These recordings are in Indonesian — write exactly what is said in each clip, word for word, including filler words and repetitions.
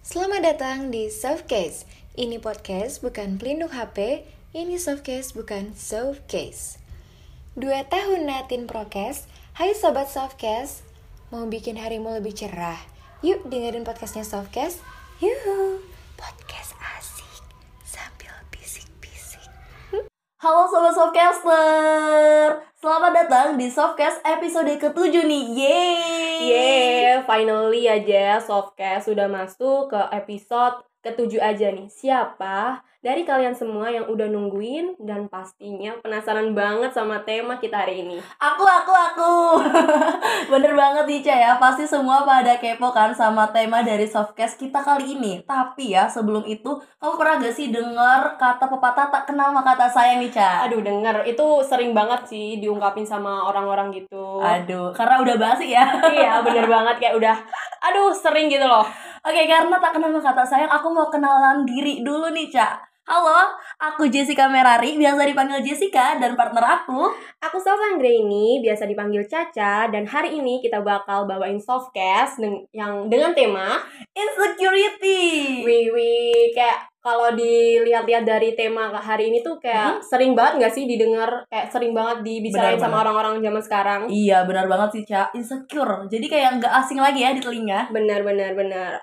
Selamat datang di Softcase. Ini podcast bukan pelindung H P, ini Softcase bukan Softcase. Dua tahun natin prokes, hai Sobat Softcase. Mau bikin harimu lebih cerah? Yuk dengerin podcastnya Softcase. Yuhu, podcast asik sambil bisik-bisik. Halo Sobat Softcaster, selamat datang di Softcast episode ketujuh nih. Yeay! Yeay, finally aja Softcast sudah masuk ke episode ketujuh aja nih. Siapa dari kalian semua yang udah nungguin dan pastinya penasaran banget sama tema kita hari ini? Aku, aku, aku. Bener banget nih Ca ya, pasti semua pada kepo kan sama tema dari Softcast kita kali ini. Tapi ya sebelum itu, kamu pernah gak sih dengar kata pepatah tak kenal maka tak sayang nih Ca? Aduh, denger. Itu sering banget sih diungkapin sama orang-orang gitu. Aduh, karena udah basi ya. Iya, bener banget. Kayak udah, aduh sering gitu loh. Oke, karena tak kenal maka tak sayang, aku mau kenalan diri dulu nih Ca. Halo, aku Jessica Merari, biasa dipanggil Jessica, dan partner aku Aku Salsa Anggraini, biasa dipanggil Caca, dan hari ini kita bakal bawain Softcast deng- yang dengan tema Insecurity. Wih, wih, kayak kalau dilihat-lihat dari tema hari ini tuh kayak Hmm? sering banget gak sih didengar, kayak sering banget dibicarain Benar, sama benar. orang-orang zaman sekarang. Iya, benar banget sih, Ca. Insecure. Jadi kayak nggak asing lagi ya di telinga. Benar, benar, benar.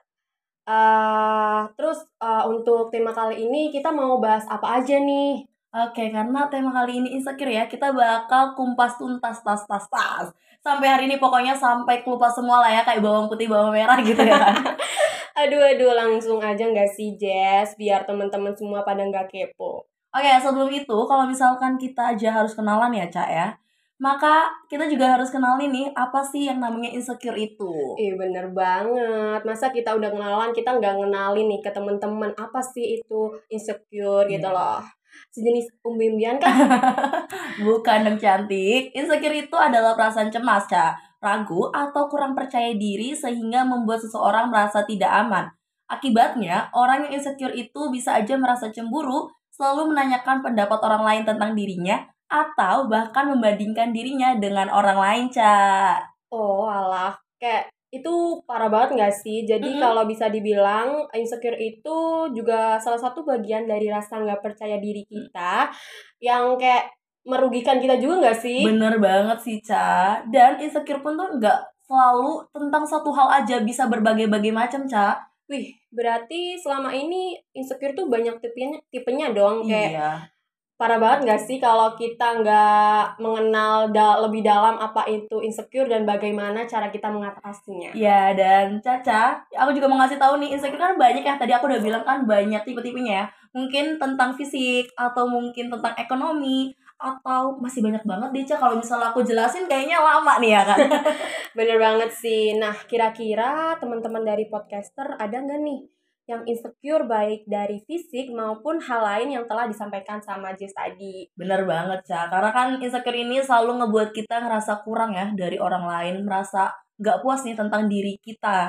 Eh, terus eh, untuk tema kali ini kita mau bahas apa aja nih? Oke, karena tema kali ini insecure ya, kita bakal kumpas tuntas, tas, tas, tas. Sampai hari ini pokoknya sampai kelupas semua lah ya, kayak bawang putih, bawang merah gitu ya kan. Aduh, aduh, langsung aja gak sih, Jess? Biar teman-teman semua pada gak kepo. Oke, sebelum itu, kalau misalkan kita aja harus kenalan ya, Ca ya, maka kita juga harus kenalin nih, apa sih yang namanya insecure itu. Eh, bener banget. Masa kita udah kenalan, kita nggak ngenalin nih ke teman-teman apa sih itu insecure gitu Iya. loh. Sejenis umbi-umbian kan? Bukan dong cantik. Insecure itu adalah perasaan cemas, Ca, ragu atau kurang percaya diri sehingga membuat seseorang merasa tidak aman. Akibatnya, orang yang insecure itu bisa aja merasa cemburu, selalu menanyakan pendapat orang lain tentang dirinya, atau bahkan membandingkan dirinya dengan orang lain, Ca. Oh, alah. Kayak itu parah banget nggak sih? Jadi Mm-mm. kalau bisa dibilang insecure itu juga salah satu bagian dari rasa nggak percaya diri kita yang kayak merugikan kita juga nggak sih? Bener banget sih, Ca. Dan insecure pun tuh nggak selalu tentang satu hal aja, bisa berbagai-bagai macam, Ca. Wih, berarti selama ini insecure tuh banyak tipenya, tipenya dong. Kayak Iya. parah banget gak sih kalau kita nggak mengenal da- lebih dalam apa itu insecure dan bagaimana cara kita mengatasinya. Ya, dan Caca, aku juga mau ngasih tahu nih, insecure kan banyak ya. Tadi aku udah bilang kan banyak tipe-tipenya ya. Mungkin tentang fisik, atau mungkin tentang ekonomi, atau masih banyak banget deh, Ca. Kalau misalnya aku jelasin kayaknya lama nih ya kan. Bener banget sih. Nah, kira-kira teman-teman dari podcaster ada nggak nih yang insecure baik dari fisik maupun hal lain yang telah disampaikan sama Jess tadi? Bener banget, Ca. Karena kan insecure ini selalu ngebuat kita ngerasa kurang ya dari orang lain, merasa gak puas nih tentang diri kita.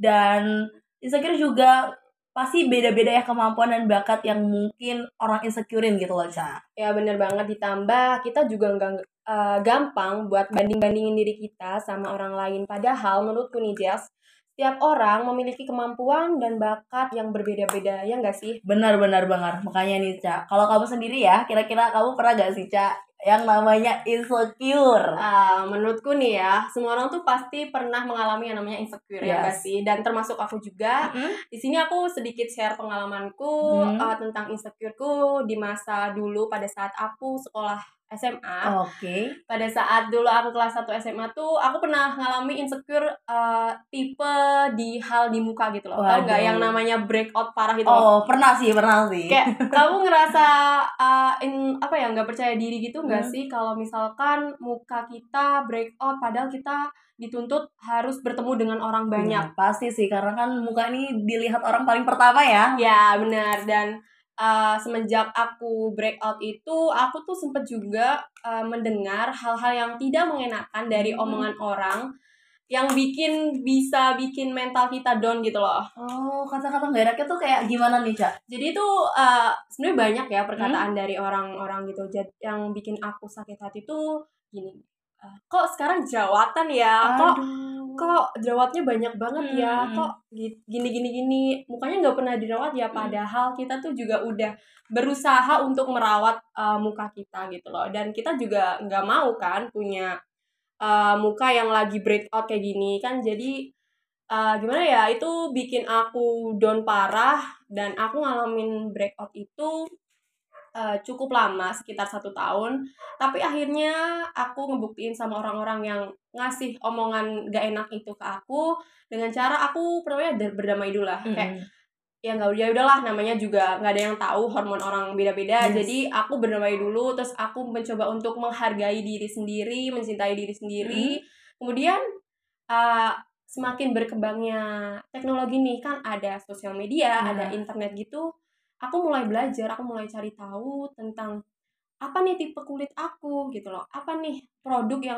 Dan insecure juga pasti beda-beda ya kemampuan dan bakat yang mungkin orang insecurein gitu loh, Ca. Ya bener banget, ditambah kita juga nggak eh, gampang buat banding-bandingin diri kita sama orang lain. Padahal menurutku nih Jess, setiap orang memiliki kemampuan dan bakat yang berbeda-beda, ya nggak sih? Benar-benar banget. Makanya nih, Ca. Kalau kamu sendiri ya, kira-kira kamu pernah gak sih, Ca, yang namanya insecure? Ah, menurutku nih ya, semua orang tuh pasti pernah mengalami yang namanya insecure, ya nggak Yes. sih? Dan termasuk aku juga. Mm-mm. Di sini aku sedikit share pengalamanku Hmm. uh, tentang insecureku di masa dulu pada saat aku sekolah S M A. Oke. Pada saat dulu aku kelas satu S M A tuh aku pernah ngalami insecure uh, tipe di hal di muka gitu loh. Tahu nggak Waduh. yang namanya breakout parah itu loh. Oh, pernah sih, pernah sih. Kayak kamu ngerasa uh, in, apa ya nggak percaya diri gitu nggak Hmm. sih kalau misalkan muka kita breakout padahal kita dituntut harus bertemu dengan orang banyak. Ya, pasti sih, karena kan muka ini dilihat orang paling pertama ya. Ya benar, dan uh, semenjak aku breakout itu aku tuh sempet juga uh, mendengar hal-hal yang tidak mengenakan dari Hmm. omongan orang yang bikin bisa bikin mental kita down gitu loh. Oh, kata-kata gak enaknya tuh kayak gimana nih, Ca? Jadi itu uh, sebenarnya banyak ya perkataan dari orang-orang gitu. Jad- yang bikin aku sakit hati tuh gini. kok sekarang jerawatan ya, kok Aduh. kok jerawatnya banyak banget ya, Hmm. kok gi- gini gini gini, mukanya nggak pernah dirawat ya, padahal kita tuh juga udah berusaha untuk merawat uh, muka kita gitu loh, dan kita juga nggak mau kan punya uh, muka yang lagi breakout kayak gini kan. Jadi uh, gimana ya, itu bikin aku down parah, dan aku ngalamin breakout itu uh, cukup lama, sekitar satu tahun. Tapi akhirnya aku ngebuktiin sama orang-orang yang ngasih omongan gak enak itu ke aku dengan cara aku pertamanya da- berdamai dulu lah. Mm-mm. Kayak ya nggak udah udahlah, namanya juga nggak ada yang tahu, hormon orang beda-beda. Yes. Jadi aku berdamai dulu, terus aku mencoba untuk menghargai diri sendiri, mencintai diri sendiri. Kemudian uh, semakin berkembangnya teknologi nih, kan ada sosial media, Nah. ada internet gitu. Aku mulai belajar, aku mulai cari tahu tentang apa nih tipe kulit aku gitu loh, apa nih produk yang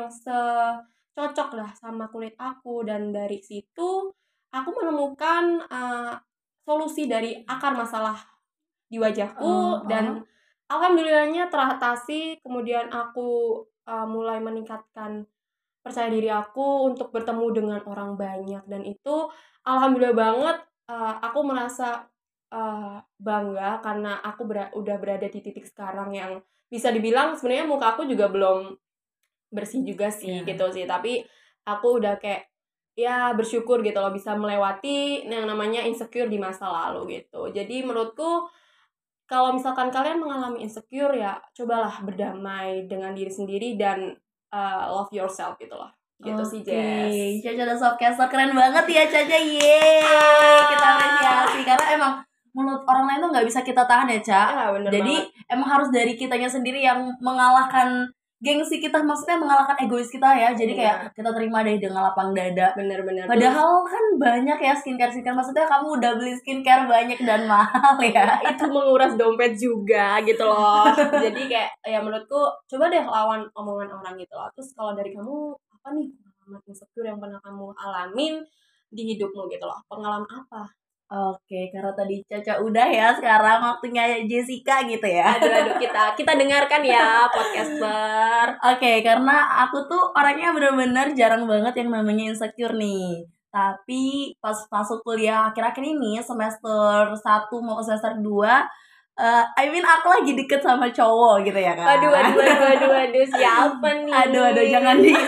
secocok lah sama kulit aku, dan dari situ aku menemukan uh, solusi dari akar masalah di wajahku. Oh, Dan alhamdulillahnya teratasi. Kemudian aku uh, mulai meningkatkan percaya diri aku untuk bertemu dengan orang banyak, dan itu alhamdulillah banget. uh, aku merasa uh, bangga karena aku ber- udah berada di titik sekarang yang bisa dibilang sebenarnya muka aku juga belum bersih juga sih. Yeah. Gitu sih, tapi aku udah kayak ya bersyukur gitu loh bisa melewati yang namanya insecure di masa lalu gitu. Jadi menurutku kalau misalkan kalian mengalami insecure, ya cobalah berdamai dengan diri sendiri dan uh, love yourself gitu loh. Gitu sih, Jess. Caca dan Softcaster keren banget ya Caca, yeay. Ah. Kita apresiasi karena emang mulut orang lain tuh nggak bisa kita tahan ya, Ca. Ya, bener Jadi banget. emang harus dari kitanya sendiri yang mengalahkan gengsi kita, maksudnya mengalahkan egois kita ya. Jadi Bener. kayak kita terima deh dengan lapang dada. Bener-bener. Padahal kan banyak ya skincare skincare, maksudnya kamu udah beli skincare banyak dan mahal ya. Itu menguras dompet juga gitu loh. Jadi kayak ya menurutku coba deh lawan omongan orang gitu loh. Terus kalau dari kamu, apa nih pengalaman insecure yang pernah kamu alamin di hidupmu gitu loh? Pengalaman apa? Oke, karena tadi Caca udah ya, sekarang waktunya Jessica gitu ya. Aduh aduh kita kita dengarkan ya podcaster. Oke, karena aku tuh orangnya bener-bener jarang banget yang namanya insecure nih. Tapi pas masuk kuliah akhir-akhir ini, semester satu mau ke semester dua, uh, I mean aku lagi deket sama cowok gitu ya kan. Aduh aduh aduh aduh aduh siapa nih? Aduh aduh jangan di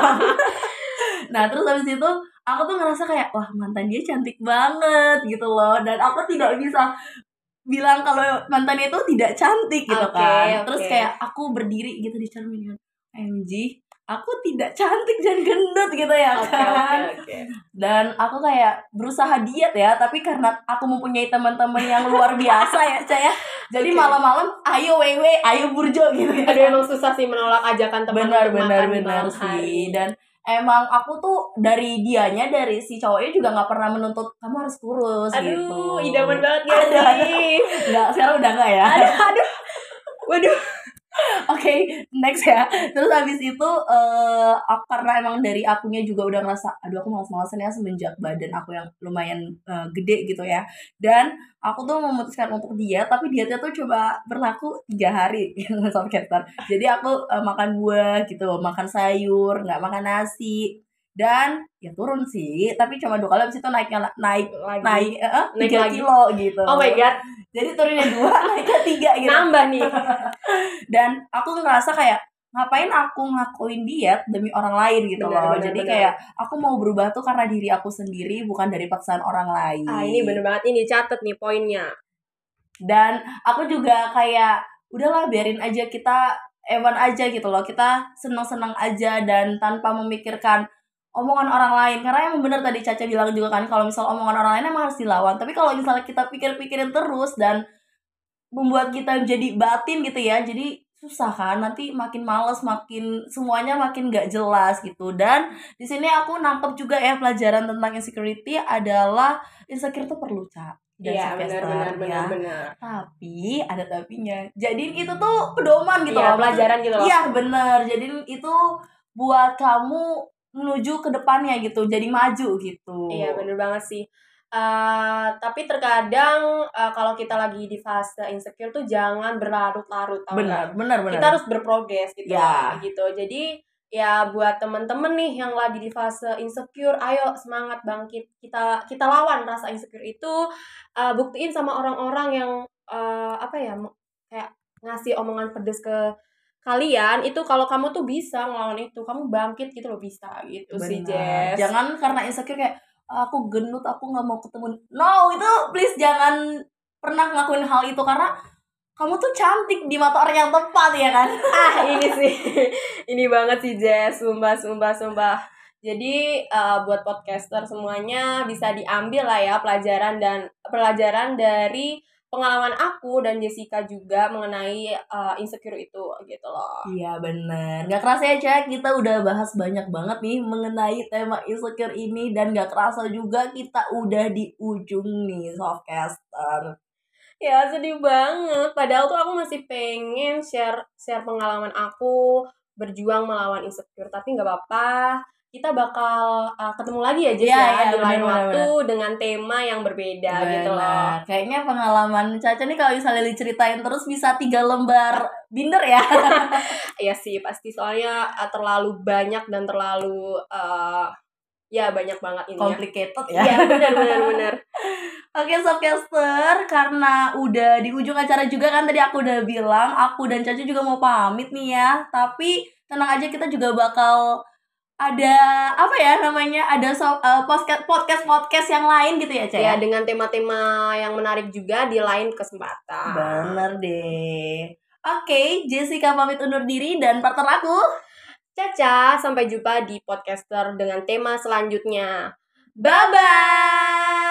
Nah terus habis itu aku tuh ngerasa kayak wah mantan dia cantik banget gitu loh, dan aku tidak bisa bilang kalau mantannya itu tidak cantik gitu Oke, kan. oke. Terus kayak aku berdiri gitu di cermin kan, M G aku tidak cantik dan gendut gitu ya Oke kan. oke oke. Dan aku kayak berusaha diet ya, tapi karena aku mempunyai teman-teman yang luar biasa ya Caya, jadi Oke. malam-malam ayo wewe, ayo burjo gitu ya. Aduh emang susah sih menolak ajakan teman Benar untuk benar makan benar malam sih. hari. Dan emang aku tuh dari dianya, dari si cowoknya juga nggak pernah menuntut kamu harus kurus gitu. Aduh, idaman banget gak Aduh, aduh. sih? Nggak, sekarang udah nggak ya. Aduh, aduh. Waduh. Oke, next ya. Terus habis itu uh, aku, karena emang dari akunya juga udah ngerasa aduh aku malas-malasan ya semenjak badan aku yang lumayan uh, gede gitu ya. Dan aku tuh memutuskan untuk diet, tapi dietnya tuh coba berlaku tiga hari Softcaster. Jadi aku uh, makan buah gitu, makan sayur, nggak makan nasi. Dan ya turun sih, tapi cuma dua kali, habis itu naiknya naik Lagi. naik uh, Naik tiga lagi. kilo gitu. Oh my god. Jadi turunnya dua, naiknya tiga gitu. Nambah nih. Dan aku ngerasa kayak ngapain aku ngakuin diet demi orang lain gitu Benar, loh. benar, Jadi benar. kayak aku mau berubah tuh karena diri aku sendiri, bukan dari paksaan orang lain. Ah, ini bener banget, ini catet nih poinnya. Dan aku juga kayak udahlah biarin aja, kita ewan aja gitu loh. Kita senang-senang aja dan tanpa memikirkan omongan orang lain. Karena yang bener tadi Caca bilang juga kan, kalau misal omongan orang lain emang harus dilawan. Tapi kalau misalnya kita pikir-pikirin terus dan membuat kita jadi batin gitu ya, jadi susah kan, nanti makin males, makin semuanya makin gak jelas gitu. Dan di sini aku nangkep juga ya pelajaran tentang insecurity adalah insecure itu perlu, Ca. Iya benar benar benar benar. Tapi ada tapinya. Jadiin itu tuh pedoman gitu Iya, loh. pelajaran gitu loh. Iya bener. Jadiin itu buat kamu menuju ke depannya gitu, jadi maju gitu. Iya benar banget sih. Uh, tapi terkadang uh, kalau kita lagi di fase insecure tuh jangan berlarut-larut, tau Benar, nggak? benar, benar. Kita harus berprogres gitu Ya. gitu. Jadi Ya buat temen-temen nih yang lagi di fase insecure, ayo semangat bangkit. Kita kita lawan rasa insecure itu, uh, buktiin sama orang-orang yang uh, apa ya kayak ngasih omongan pedes ke kalian itu kalau kamu tuh bisa ngelawan itu, kamu bangkit gitu loh bisa gitu sih Benar. Jess. Jangan karena insecure kayak aku gendut, aku nggak mau ketemu. No, itu please jangan pernah ngelakuin hal itu karena kamu tuh cantik di mata orang yang tepat ya kan. Ah ini sih ini banget sih Jess, sumpah sumpah sumpah. Jadi uh, buat podcaster semuanya bisa diambil lah ya pelajaran dan pelajaran dari pengalaman aku dan Jessica juga mengenai uh, insecure itu gitu loh. Iya bener. Gak kerasa ya Cak, kita udah bahas banyak banget nih mengenai tema insecure ini. Dan gak kerasa juga kita udah di ujung nih Softcaster. Ya sedih banget. Padahal tuh aku masih pengen share share pengalaman aku berjuang melawan insecure. Tapi nggak apa-apa. Kita bakal uh, ketemu lagi ya Jess Iya, ya iya, di lain bener, waktu bener. dengan tema yang berbeda Bener. gitu loh. Kayaknya pengalaman Caca nih kalau misalnya diceritain terus bisa tiga lembar binder ya. Iya sih pasti soalnya uh, terlalu banyak dan terlalu uh, ya banyak banget ini ya. Complicated ya. Iya benar benar benar. Oke Softcaster, karena udah di ujung acara juga kan tadi aku udah bilang aku dan Caca juga mau pamit nih ya. Tapi tenang aja, kita juga bakal ada apa ya namanya, ada so, uh, podcast podcast podcast yang lain gitu ya Caca. Ya dengan tema-tema yang menarik juga di lain kesempatan. Bener deh. Oke, Jessica pamit undur diri dan partner aku Caca, sampai jumpa di podcaster dengan tema selanjutnya. Bye-bye!